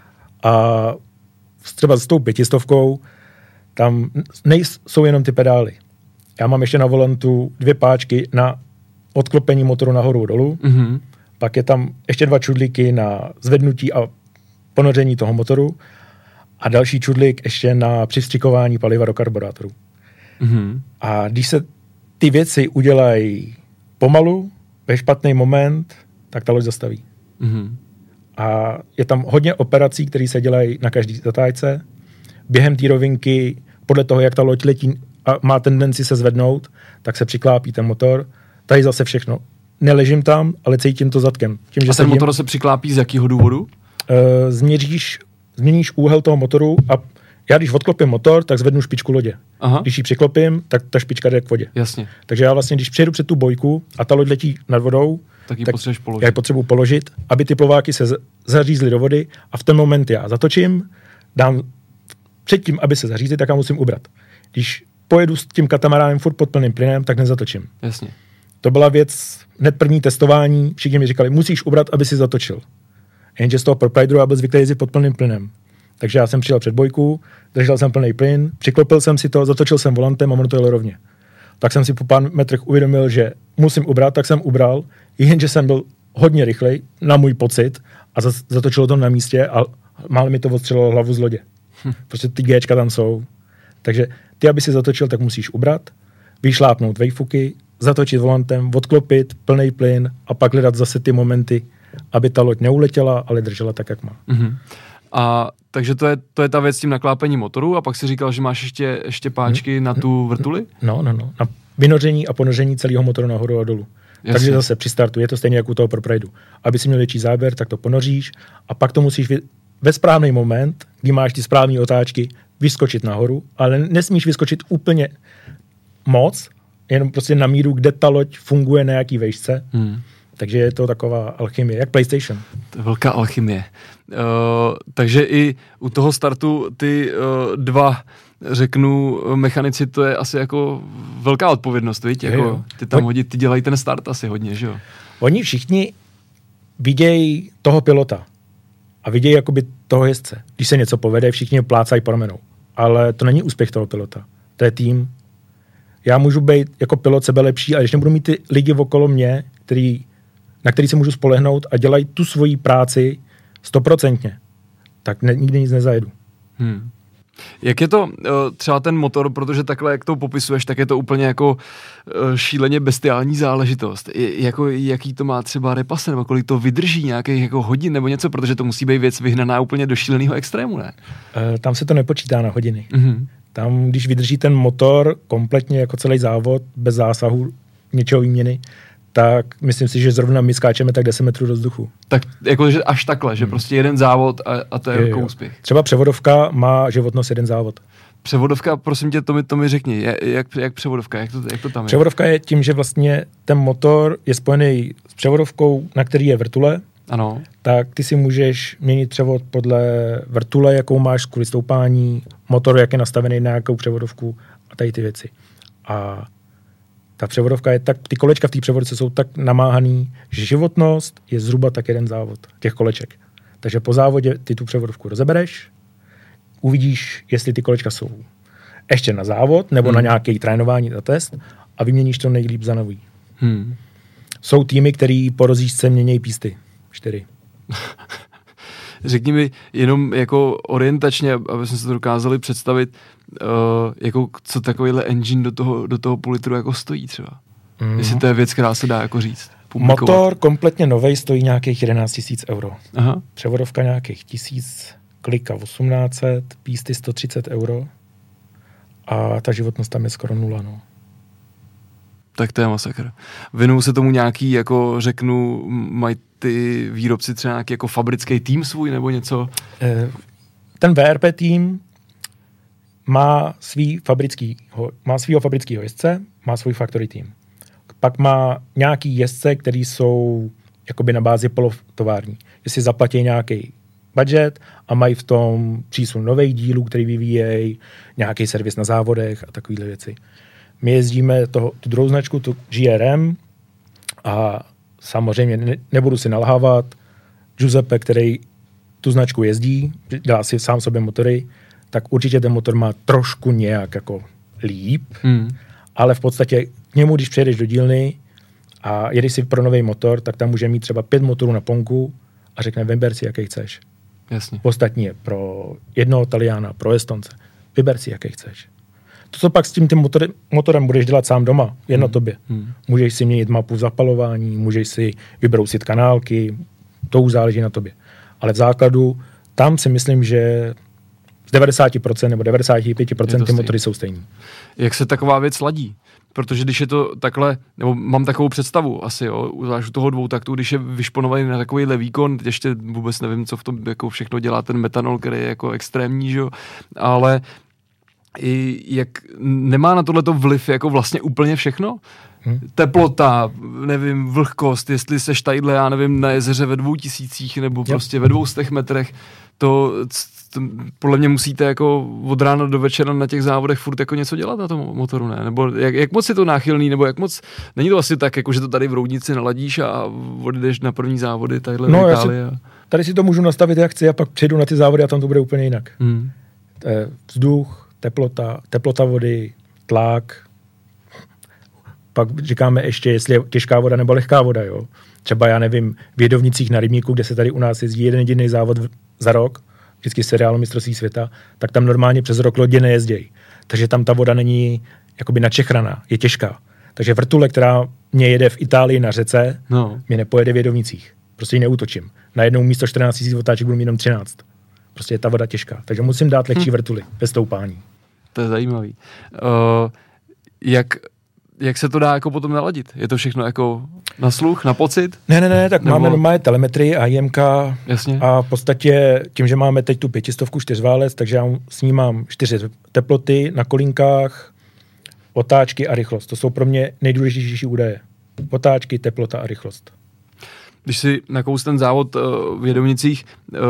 A třeba s tou pětistovkou tam nejsou jenom ty pedály. Já mám ještě na volantu dvě páčky na odklopení motoru nahoru dolů. Mm-hmm. Pak je tam ještě dva čudlíky na zvednutí a ponoření toho motoru. A další čudlík ještě na přivstřikování paliva do karburátoru. Mm-hmm. A když se ty věci udělají pomalu, ve špatný moment, tak ta loď zastaví. Mm-hmm. A je tam hodně operací, které se dělají na každý zatáčce. Během té rovinky, podle toho, jak ta loď letí a má tendenci se zvednout, tak se přiklápí ten motor. Tady zase všechno. Neležím tam, ale cítím to zadkem. Tím, že a ten sedím, motor se přiklápí z jakého důvodu? Uh, změříš, změníš úhel toho motoru a já, když odklopím motor, tak zvednu špičku lodě. Aha. Když ji přiklopím, tak ta špička jde k vodě. Jasně. Takže já vlastně, když přijedu před tu bojku a ta loď letí nad vodou, tak ji tak potřebuješ položit. Já ji potřebuji položit, aby ty plováky se zařízly do vody a v ten moment já zatočím, dám předtím, aby se zařízly, tak já musím ubrat. Když pojedu s tím katamaránem furt pod plným plynem, tak nezatočím. Jasně. To byla věc, hned první testování, všichni mi říkali, musíš ubrat, aby si zatočil. Jenže z toho proprideru já byl zvyklý jezdit pod plným plynem. Takže já jsem přijel před bojku, držel jsem plný plyn, přiklopil jsem si to, zatočil jsem volantem a ono to jelo rovně. Tak jsem si po pár metrech uvědomil, že musím ubrat, tak jsem ubral, jenže jsem byl hodně rychlej, na můj pocit, a zatočilo to na místě a málo mi to odstřelilo hlavu z lodě. Hm. Prostě ty géčka tam jsou. Takže ty, aby si zatočil, tak musíš ubrat, vyšlápnout vejfuky, zatočit volantem, odklopit, plný plyn a pak hledat zase ty momenty, aby ta loď neuletěla, ale držela tak, jak má. Mm-hmm. A takže to je, to je ta věc s tím naklápením motoru a pak si říkal, že máš ještě, ještě páčky hmm. na tu vrtuli? No, no, no. Na vynoření a ponoření celého motoru nahoru a dolů. Jasně. Takže zase při startu je to stejně jako u toho ProPrideu. Aby si měl větší záběr, tak to ponoříš a pak to musíš vy... ve správný moment, kdy máš ty správné otáčky, vyskočit nahoru, ale nesmíš vyskočit úplně moc, jenom prostě na míru, kde ta loď funguje na jaký vejšce. Hmm. Takže je to taková alchymie, jak PlayStation. To je velká alchymie. Uh, takže i u toho startu ty uh, dva, řeknu, mechanici, to je asi jako velká odpovědnost, víš? Jako ty tam hodí, ty dělají ten start asi hodně, že jo? Oni všichni vidějí toho pilota a vidějí jakoby toho jezdce. Když se něco povede, všichni plácají po ramenou. Ale to není úspěch toho pilota. To je tým. Já můžu být jako pilot sebe lepší, ale když nebudu mít ty lidi okolo mě, který, na který se můžu spolehnout a dělají tu svoji práci stoprocentně, tak ne, nikdy nic nezajedu. Hmm. Jak je to třeba ten motor, protože takhle, jak to popisuješ, tak je to úplně jako šíleně bestiální záležitost. Je, jako, jaký to má třeba repase, nebo kolik to vydrží nějakých jako hodin nebo něco, protože to musí být věc vyhnaná úplně do šíleného extrému, ne? E, tam se to nepočítá na hodiny. Mm-hmm. Tam, když vydrží ten motor kompletně jako celý závod, bez zásahu něčeho výměny, tak myslím si, že zrovna my skáčeme tak deset metrů do vzduchu. Tak jakože až takhle, že hmm. prostě jeden závod a, a to je, je jako úspěch. Třeba převodovka má životnost jeden závod. Převodovka, prosím tě, to mi, to mi řekni, jak, jak převodovka, jak to, jak to tam je? Převodovka je tím, že vlastně ten motor je spojený s převodovkou, na který je vrtule. Ano. Tak ty si můžeš měnit převod podle vrtule, jakou máš kvůli stoupání, motor, jak je nastavený na jakou převodovku a tady ty věci. A ta převodovka je tak, ty kolečka v té převodovce jsou tak namáhaný, že životnost je zhruba tak jeden závod těch koleček. Takže po závodě ty tu převodovku rozebereš, uvidíš, jestli ty kolečka jsou ještě na závod nebo hmm. na nějaký trénování na test a vyměníš to nejlíp za nový. Hmm. Jsou týmy, který po rozjížďce měnějí písty. Čtyři. Řekni mi jenom jako orientačně, aby jsme se to dokázali představit, uh, jako co takovýhle engine do toho, do toho půl litru jako stojí třeba. Mm. Jestli to je věc, která se dá jako říct. Publikovat. Motor kompletně novej stojí nějakých jedenáct tisíc euro. Aha. Převodovka nějakých tisíc, klika osmnáct set, písty sto třicet euro a ta životnost tam je skoro nula. No. Tak to je masakr. Vinou se tomu nějaký, jako řeknu, mají ty výrobci třeba nějaký jako fabrický tým svůj nebo něco? Ten V R P tým má svý fabrický, má svýho fabrického jezdce, má svůj factory tým. Pak má nějaký jezdce, který jsou jakoby na bázi polotovární. Jestli zaplatí nějaký budget a mají v tom přísun nových dílů, který vyvíjejí, nějaký servis na závodech a takovéhle věci. My jezdíme toho, tu druhou značku, tu G R M a samozřejmě ne, nebudu si nalhávat. Giuseppe, který tu značku jezdí, dělá si sám sobě motory, tak určitě ten motor má trošku nějak jako líp, hmm. ale v podstatě k němu, když přijedeš do dílny a jedeš si pro nový motor, tak tam může mít třeba pět motorů na ponku a řekne, vyber si, jaký chceš. Jasně. Ostatní je pro jednoho Taliána, pro Estonce. Vyber si, jaký chceš. To, co pak s tím, tím motorem, motorem budeš dělat sám doma, jedno hmm. tobě. Hmm. Můžeš si měnit mapu zapalování, můžeš si vybrousit kanálky, to už záleží na tobě. Ale v základu, tam si myslím, že z devadesát procent nebo devadesát pět procent ty motory jsou stejný. Jak se taková věc ladí? Protože když je to takhle, nebo mám takovou představu asi, jo, zvlášť u toho dvoutaktu, když je vyšponovaný na takovýhle výkon, teď ještě vůbec nevím, co v tom jako všechno dělá ten metanol, který je jako extrémní, že jo, ale i jak nemá na tohleto vliv jako vlastně úplně všechno? Hmm. Teplota, nevím, vlhkost, jestli seš tadyhle, já nevím, na jezeře ve dvou tisících nebo prostě yep. ve dvoustech metrech, to, to podle mě musíte jako od rána do večera na těch závodech furt jako něco dělat na tom motoru, ne? Nebo jak, jak moc je to náchylný, nebo jak moc, není to asi tak, jako že to tady v Roudnici naladíš a odjdeš na první závody tadyhle no, v Itálii. A... Tady si to můžu nastavit, jak chci, a pak přijdu na ty závody a tam to bude úplně jinak. Hmm. Vzduch, teplota, teplota vody, tlak, pak říkáme ještě, jestli je těžká voda nebo lehká voda, jo. Třeba, já nevím, v Jedovnicích na rybníku, kde se tady u nás jezdí jeden jediný závod za rok, vždycky seriálu mistrovství světa, tak tam normálně přes rok lodě nejezdějí. Takže tam ta voda není jakoby načechraná, je těžká. Takže vrtule, která mě jede v Itálii na řece, no. mě nepojede v Jedovnicích. Prostě ji neútočím. Najednou místo čtrnáct tisíc otáček budu mít jenom třináct. Prostě je ta voda těžká. Takže musím dát lehčí hm. vrtuly ve stoupání. To je zajímavý. Uh, jak... Jak se to dá jako potom naladit? Je to všechno jako na sluch, na pocit? Ne, ne, ne, tak Nebo... máme normálně telemetrii a I M K. Jasně. A v podstatě tím, že máme teď tu pětistovku čtyřválec, takže já snímám čtyři teploty na kolinkách, otáčky a rychlost. To jsou pro mě nejdůležitější údaje. Otáčky, teplota a rychlost. Když si nakous ten závod uh, v Jedovnicích, uh,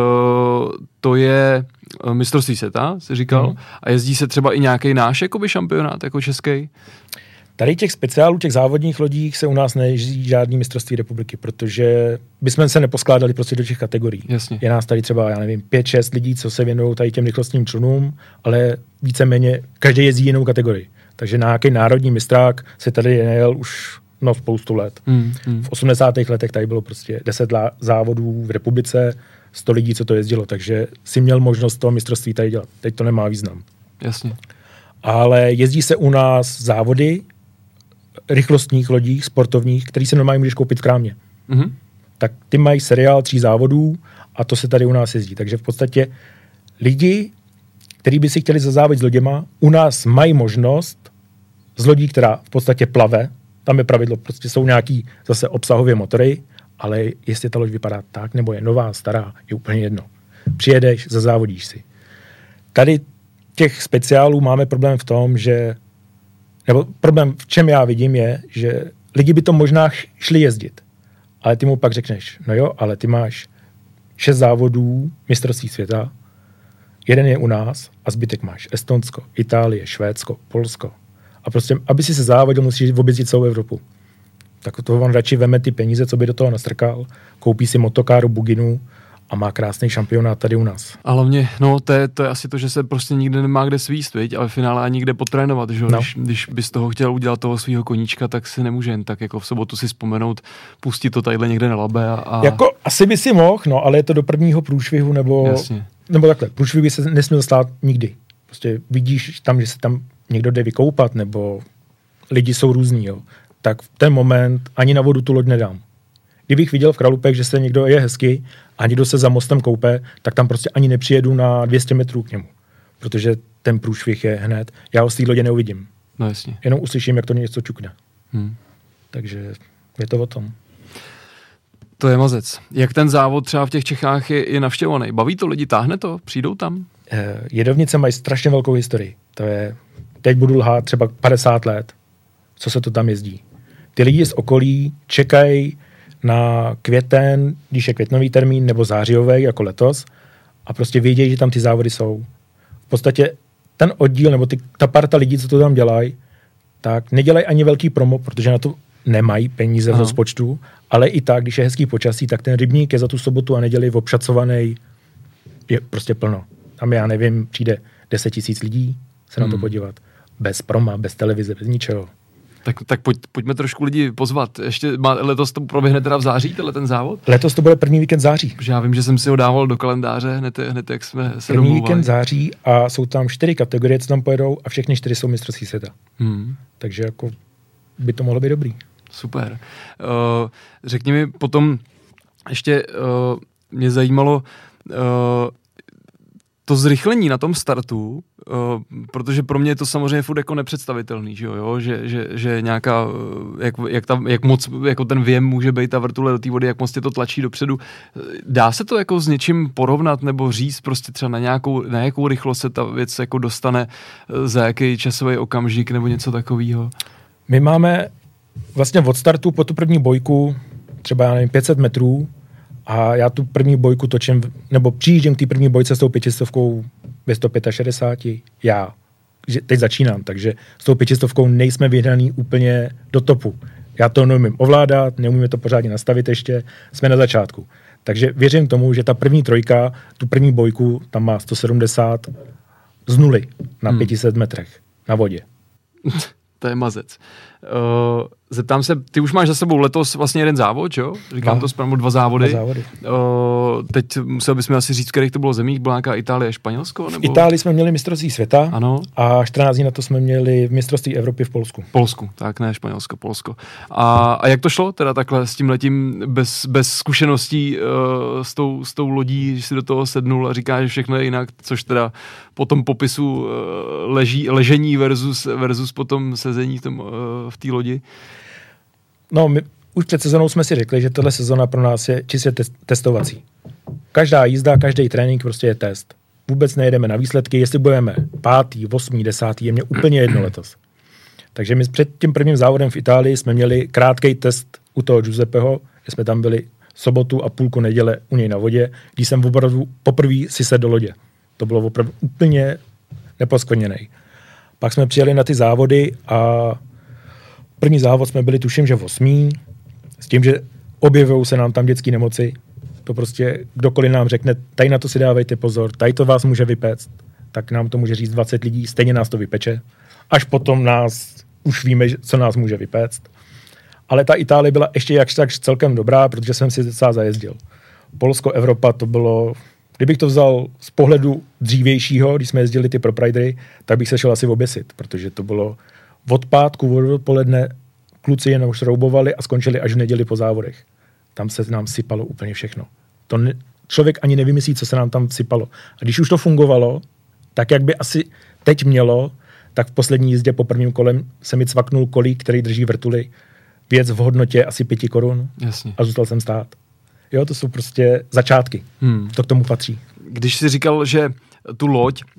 to je uh, mistrovství světa, jsi říkal, mm. a jezdí se třeba i nějaký náš jakoby šampionát jako český? Tady těch speciálů, těch závodních lodích se u nás nejezdí žádný mistrovství republiky, protože bychom se neposkládali prostě do těch kategorií. Jasně. Je nás tady třeba, já nevím, pět, šest lidí, co se věnují tady těm rychlostním člunům, ale víceméně každý jezdí jinou kategorii. Takže na nějaký národní mistrák se tady nejel už no, spoustu let. Hmm, hmm. V osmdesátých letech tady bylo prostě deset lá- závodů v republice, sto lidí, co to jezdilo, takže si měl možnost toho mistrovství tady dělat. Teď to nemá význam. Jasně. Ale jezdí se u nás závody rychlostních lodích, sportovních, který se normálně můžeš koupit v krámě. Mm-hmm. Tak ty mají seriál tří závodů a to se tady u nás jezdí. Takže v podstatě lidi, kteří by si chtěli zazávodit s loděma, u nás mají možnost z lodí, která v podstatě plave, tam je pravidlo, prostě jsou nějaký zase obsahově motory, ale jestli ta loď vypadá tak, nebo je nová, stará, je úplně jedno. Přijedeš, zazávodíš si. Tady těch speciálů máme problém v tom, že nebo problém, v čem já vidím, je, že lidi by to možná šli jezdit. Ale ty mu pak řekneš, no jo, ale ty máš šest závodů mistrovství světa, jeden je u nás a zbytek máš Estonsko, Itálie, Švédsko, Polsko. A prostě, aby si se závodil, musíš objezdit celou Evropu. Tak to on radši veme ty peníze, co by do toho nastrkal, koupí si motokáru, buginu a má krásný šampionát tady u nás. A hlavně, no, to je, to je asi to, že se prostě nikde nemá kde svíst, viď? Ale v finále ani kde potrénovat, že? No. Když, když bys toho chtěl udělat toho svého koníčka, tak si nemůže jen tak jako v sobotu si vzpomenout, pustit to tadyhle někde na Labe a... a... Jako asi by si mohl, no, ale je to do prvního průšvihu, nebo... Jasně. Nebo takhle, průšvih by se nesměl stát nikdy. Prostě vidíš tam, že se tam někdo jde vykoupat, nebo lidi jsou různý, jo. Tak v ten moment ani na vodu tu loď nedám. Kdybych viděl v Kralupech, že se někdo je hezky a někdo se za mostem koupe, tak tam prostě ani nepřijedu na dvě stě metrů k němu. Protože ten průšvih je hned. Já ho z té lodě neuvidím. No jasně. Jenom uslyším, jak to něco čukne. Hmm. Takže je to o tom. To je mazec. Jak ten závod třeba v těch Čechách je, je navštěvovaný? Baví to lidi? Táhne to? Přijdou tam? Jedovnice mají strašně velkou historii. To je, teď budu lhát třeba padesát let, co se to tam jezdí. Ty lidi z okolí čekají na květen, když je květnový termín, nebo zářijový, jako letos, a prostě vědějí, že tam ty závody jsou. V podstatě ten oddíl, nebo ty, ta parta lidí, co to tam dělají, tak nedělají ani velký promo, protože na to nemají peníze v rozpočtu, ale i tak, když je hezký počasí, tak ten rybník je za tu sobotu a neděli obšacovaný, je prostě plno. Tam, já nevím, přijde deset tisíc lidí se hmm. na to podívat. Bez proma, bez televize, bez ničeho. Tak, tak pojď, pojďme trošku lidi pozvat. Ještě má, letos to proběhne teda v září, tenhle ten závod? Letos to bude první víkend září. Protože já vím, že jsem si ho dával do kalendáře hned, hned jak jsme se První domluvali. víkend září a jsou tam čtyři kategorie, co tam pojedou a všechny čtyři jsou mistrovství světa. Hmm. Takže jako by to mohlo být dobrý. Super. Uh, řekni mi potom, ještě uh, mě zajímalo uh, to zrychlení na tom startu, uh, protože pro mě je to samozřejmě furt jako nepředstavitelný, že jo, že, že, že nějaká, jak, jak, tam, jak moc jako ten věm může být ta vrtule do té vody, jak moc tě to tlačí dopředu. Dá se to jako s něčím porovnat nebo říct prostě třeba na nějakou, na jakou rychlost se ta věc jako dostane, za jaký časový okamžik nebo něco takového? My máme vlastně od startu po tu první bojku třeba, já nevím, pět set metrů a já tu první bojku točím, nebo přijíždím k té první bojce s tou pětistovkou ve sto šedesát pět. Já teď začínám, takže s tou pětistovkou nejsme vyhraný úplně do topu. Já to neumím ovládat, neumíme to pořádně nastavit ještě, jsme na začátku. Takže věřím tomu, že ta první trojka, tu první bojku, tam má sto sedmdesát z nuly na hmm. pět set metrech na vodě. To je mazec. Uh, zeptám se, ty už máš za sebou letos vlastně jeden závod, jo? Říkám no. to správně, dva závody. Dva závody. Uh, teď musel bychom asi říct, v kterých to bylo zemích, byla nějaká Itálie a Španělsko? Nebo? V Itálii jsme měli mistrovství světa ano. a čtrnáct dní na to jsme měli v mistrovství Evropy v Polsku. Polsku, tak ne, Španělsko, Polsko. A, a jak to šlo teda takhle s tímhletím bez, bez zkušeností uh, s, tou, s tou lodí, když si do toho sednul a říká, že všechno je jinak, což teda po tom popisu uh, leží, ležení versus, versus potom sezení v, tom, uh, v té lodi? No, my už před sezónou jsme si řekli, že tohle sezóna pro nás je čistě test, testovací. Každá jízda, každý trénink prostě je test. Vůbec nejedeme na výsledky, jestli budeme pátý, osmý, desátý, je mě úplně jedno letos. Takže my před tím prvním závodem v Itálii jsme měli krátký test u toho Giuseppeho, kde jsme tam byli sobotu a půlku neděle u něj na vodě, když jsem opravdu poprvé si sedl do lodě. To bylo opravdu úplně neposkvrněnej. Pak jsme přijeli na ty závody a první závod jsme byli, tuším, že v osmý, s tím, že objevují se nám tam dětské nemoci. To prostě kdokoliv nám řekne, tady na to si dávejte pozor, tady to vás může vypéct, tak nám to může říct dvacet lidí, stejně nás to vypeče. Až potom nás už víme, co nás může vypéct. Ale ta Itálie byla ještě jakž tak celkem dobrá, protože jsem si docela zajezdil. Polsko, Evropa, to bylo... Kdybych to vzal z pohledu dřívějšího, když jsme jezdili ty propridery, tak bych se šel asi oběsit, protože to bylo od pátku, od odpoledne kluci jenom šroubovali a skončili až v neděli po závodech. Tam se nám sypalo úplně všechno. To ne, člověk ani nevymyslí, co se nám tam sypalo. A když už to fungovalo, tak jak by asi teď mělo, tak v poslední jízdě po prvním kolem se mi cvaknul kolík, který drží vrtuly, věc v hodnotě asi pěti korun. Jasně. A zůstal jsem stát. Jo, to jsou prostě začátky. Hmm. To k tomu patří. Když jsi říkal, že tu loď,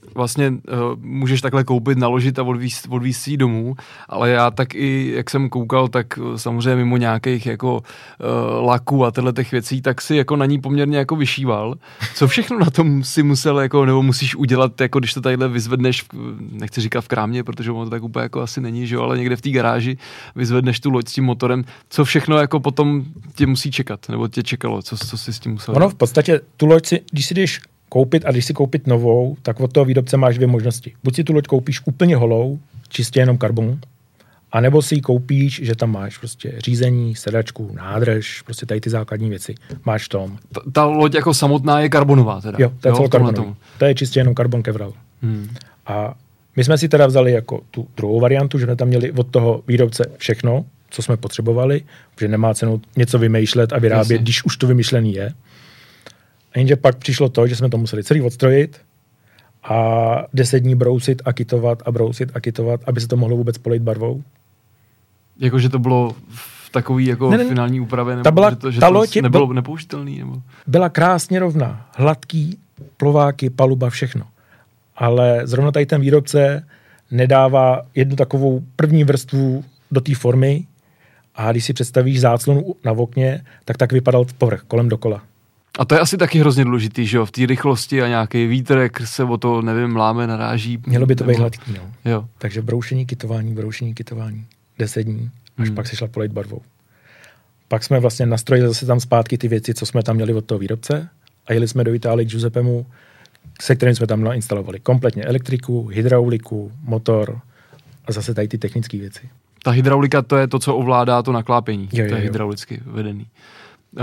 vlastně uh, můžeš takhle koupit, naložit a odvízt, odvízt si domů, ale já tak i, jak jsem koukal, tak samozřejmě mimo nějakých jako uh, laků a tyhle těch věcí, tak si jako na ní poměrně jako vyšíval. Co všechno na tom si musel jako, nebo musíš udělat, jako když to tadyhle vyzvedneš, nechci říkat v krámě, protože ono to tak úplně jako asi není, že jo, ale někde v té garáži vyzvedneš tu loď s tím motorem, co všechno jako potom tě musí čekat, nebo tě čekalo, co, co si s tím musel. Ono v podstatě tu loď si, když si jdeš koupit a když si koupit novou, tak od toho výrobce máš dvě možnosti. Buď si tu loď koupíš úplně holou, čistě jenom karbon, a nebo si ji koupíš, že tam máš prostě řízení, sedačku, nádrž, prostě tady ty základní věci. Máš v tom. Ta, ta loď jako samotná je karbonová teda. Jo, to je celokarbonový. To je čistě jenom karbon kevlar. Hmm. A my jsme si teda vzali jako tu druhou variantu, že jsme tam měli od toho výrobce všechno, co jsme potřebovali, že nemá cenu něco vymýšlet a vyrábět, Jasně. když už to vymyšlený je. A jenže pak přišlo to, že jsme to museli celý odstrojit a deset dní brousit a kitovat a brousit a kitovat, aby se to mohlo vůbec polejt barvou. Jakože to bylo v takový jako ne, ne, finální úpravě, nebo byla, že to, že ta to loď nebylo byl, nepoužitelný? Nebo? Byla krásně rovná, hladký, plováky, paluba, všechno. Ale zrovna tady ten výrobce nedává jednu takovou první vrstvu do té formy a když si představíš záclonu na okně, tak tak vypadal povrch kolem dokola. A to je asi taky hrozně důležitý, že jo? V té rychlosti a nějaký vítr se o to, nevím, láme, naráží. Mělo by to nebo... být hladký, no. Jo. Takže broušení, kitování, broušení, kitování. Deset dní, až hmm. pak se šla polejt barvou. Pak jsme vlastně nastrojili zase tam zpátky ty věci, co jsme tam měli od toho výrobce a jeli jsme do Itálie k Giuseppemu, se kterým jsme tam nainstalovali kompletně elektriku, hydrauliku, motor a zase tady ty technické věci. Ta hydraulika, to je to, co ovládá to naklápění. Jo, jo, to je jo. hydraulicky vedený. Uh,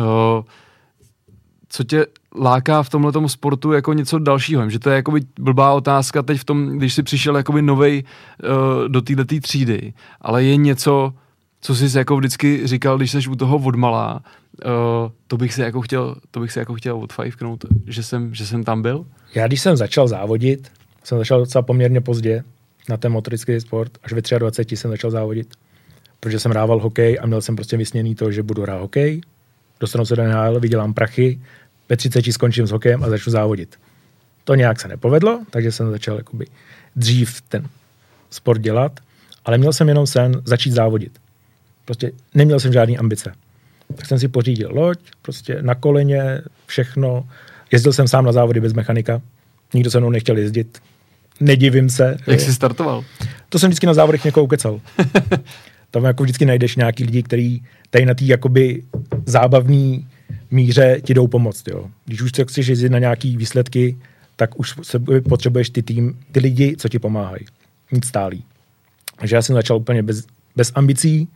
co tě láká v tomhletom sportu jako něco dalšího? Že to je jakoby blbá otázka teď v tom, když jsi přišel jakoby novej uh, do této třídy, ale je něco, co jsi jako vždycky říkal, když jsi u toho odmalá, uh, to bych si jako chtěl, to bych si jako chtěl odfajfknout, že jsem, že jsem tam byl? Já když jsem začal závodit, jsem začal docela poměrně pozdě na ten motorický sport, až ve dvaceti třech jsem začal závodit, protože jsem hrával hokej a měl jsem prostě vysněný to, že budu hrát hokej, dostanu se do N H L, vydělám prachy, ve třiceti skončím s hokejem a začnu závodit. To nějak se nepovedlo, takže jsem začal jakoby dřív ten sport dělat, ale měl jsem jenom sen začít závodit. Prostě neměl jsem žádný ambice. Tak jsem si pořídil loď, prostě na koleně, všechno. Jezdil jsem sám na závody bez mechanika. Nikdo se mnou nechtěl jezdit. Nedivím se. Jak jsi startoval? To jsem vždycky na závodech někoho ukecal. Tam jako vždycky najdeš nějaký lidi, kteří tady na té jakoby zábavní míře ti jdou pomoct. Jo. Když už chceš jezdit na nějaký výsledky, tak už se potřebuješ ty tým, ty lidi, co ti pomáhají. Nic stálý. Takže já jsem začal úplně bez, bez ambicí.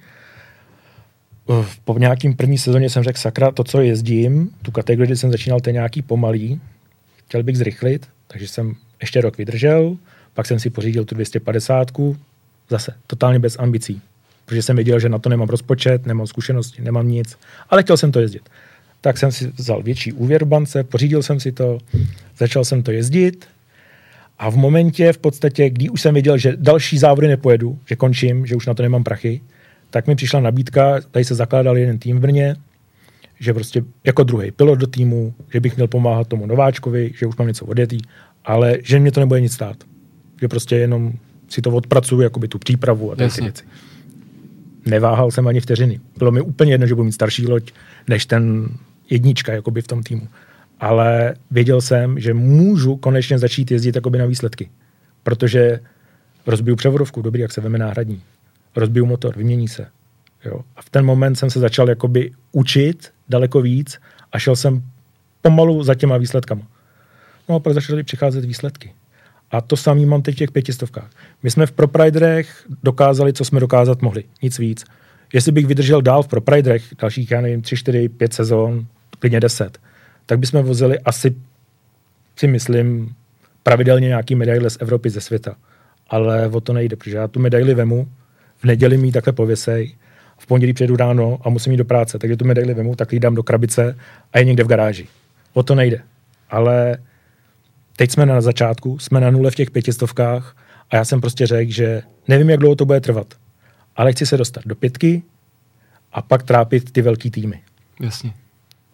Po nějakým první sezóně jsem řekl, sakra, to, co jezdím, tu kategorii, kdy jsem začínal, ten nějaký pomalý, chtěl bych zrychlit, takže jsem ještě rok vydržel, pak jsem si pořídil tu dvě stě padesát, zase totálně bez ambicí, protože jsem věděl, že na to nemám rozpočet, nemám zkušenosti, nemám nic, ale chtěl jsem to jezdit. Tak jsem si vzal větší úvěr v bance, pořídil jsem si to, začal jsem to jezdit a v momentě v podstatě, kdy už jsem věděl, že další závody nepojedu, že končím, že už na to nemám prachy, tak mi přišla nabídka, tady se zakládal jeden tým v Brně, že prostě jako druhý pilot do týmu, že bych měl pomáhat tomu nováčkovi, že už mám něco odjetý, ale že mě to nebude nic stát. Že prostě jenom si to odpracuju, jakoby tu přípravu a tady ty věci. Neváhal jsem ani vteřiny. Bylo mi úplně jedno, že budu mít starší loď, než ten jednička jakoby v tom týmu. Ale věděl jsem, že můžu konečně začít jezdit jakoby na výsledky. Protože rozbiju převodovku, dobrý, jak se veme náhradní. Rozbiju motor, vymění se. Jo. A v ten moment jsem se začal jakoby učit daleko víc a šel jsem pomalu za těma výsledkama. No a pak začaly přicházet výsledky. A to samý mám teď v těch pětistovkách. My jsme v ProPriderech dokázali, co jsme dokázat mohli. Nic víc. Jestli bych vydržel dál v ProPriderech, dalších, já nevím, tři, čtyři, pět sezón, klidně deset, tak bychom vozili asi, si myslím, pravidelně nějaký medaile z Evropy, ze světa. Ale o to nejde, protože já tu medaili vemu, v neděli mi takhle pověsej, v pondělí přijedu ráno a musím jít do práce, takže tu medaili vemu, tak ji dám do krabice a je někde v garáži. O to nejde. Ale teď jsme na začátku, jsme na nule v těch pětistovkách a já jsem prostě řekl, že nevím, jak dlouho to bude trvat, ale chci se dostat do pětky a pak trápit ty velký týmy. Jasně.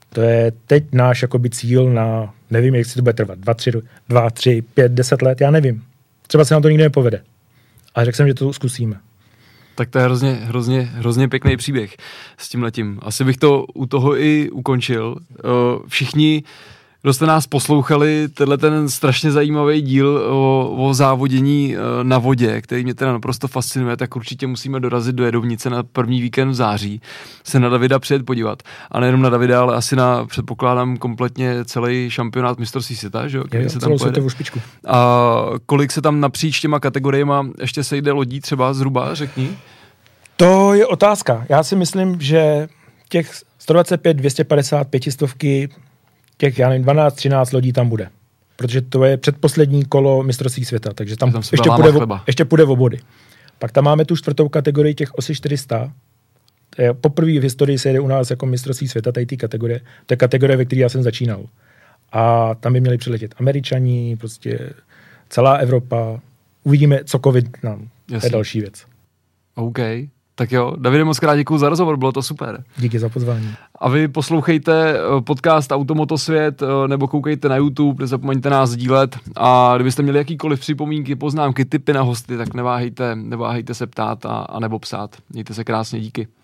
To je teď náš jakoby cíl na, nevím, jak si to bude trvat, dva, tři, dva, tři, pět, deset let, já nevím. Třeba se nám to nikdy nepovede. Ale řekl jsem, že to zkusíme. Tak to je hrozně, hrozně, hrozně pěkný příběh s tímhletím. Asi bych to u toho i ukončil. Všichni, kdo jste nás poslouchali, tenhle ten strašně zajímavý díl o, o závodění na vodě, který mě teda naprosto fascinuje, tak určitě musíme dorazit do Jedovnice na první víkend v září, se na Davida přijet podívat. A nejenom na Davida, ale asi na, předpokládám, kompletně celý šampionát mistrovství světa, že jo? Je, se tam pojede. Špičku. A kolik se tam napříč těma kategoriema ještě sejde lodí třeba zhruba, řekni? To je otázka. Já si myslím, že těch sto dvacet pět, dvě stě padesát, pětistovky, těch, já nevím, dvanáct třináct lodí tam bude. Protože to je předposlední kolo mistrovství světa, takže tam, tam ještě, půjde o, ještě půjde o body. Pak tam máme tu čtvrtou kategorii těch osy čtyři sta. To je poprvé v historii se jede u nás jako mistrovství světa, tady ty kategorie. To je kategorie, ve které já jsem začínal. A tam by měli přiletět Američani, prostě celá Evropa. Uvidíme, co covid nám. To je další věc. OK. Tak jo, Davide, moc krát děkuju za rozhovor, bylo to super. Díky za pozvání. A vy poslouchejte podcast Automotosvět nebo koukejte na YouTube, nezapomeňte nás sdílet a kdybyste měli jakýkoliv připomínky, poznámky, tipy na hosty, tak neváhejte, neváhejte se ptát a, a nebo psát. Mějte se krásně, díky.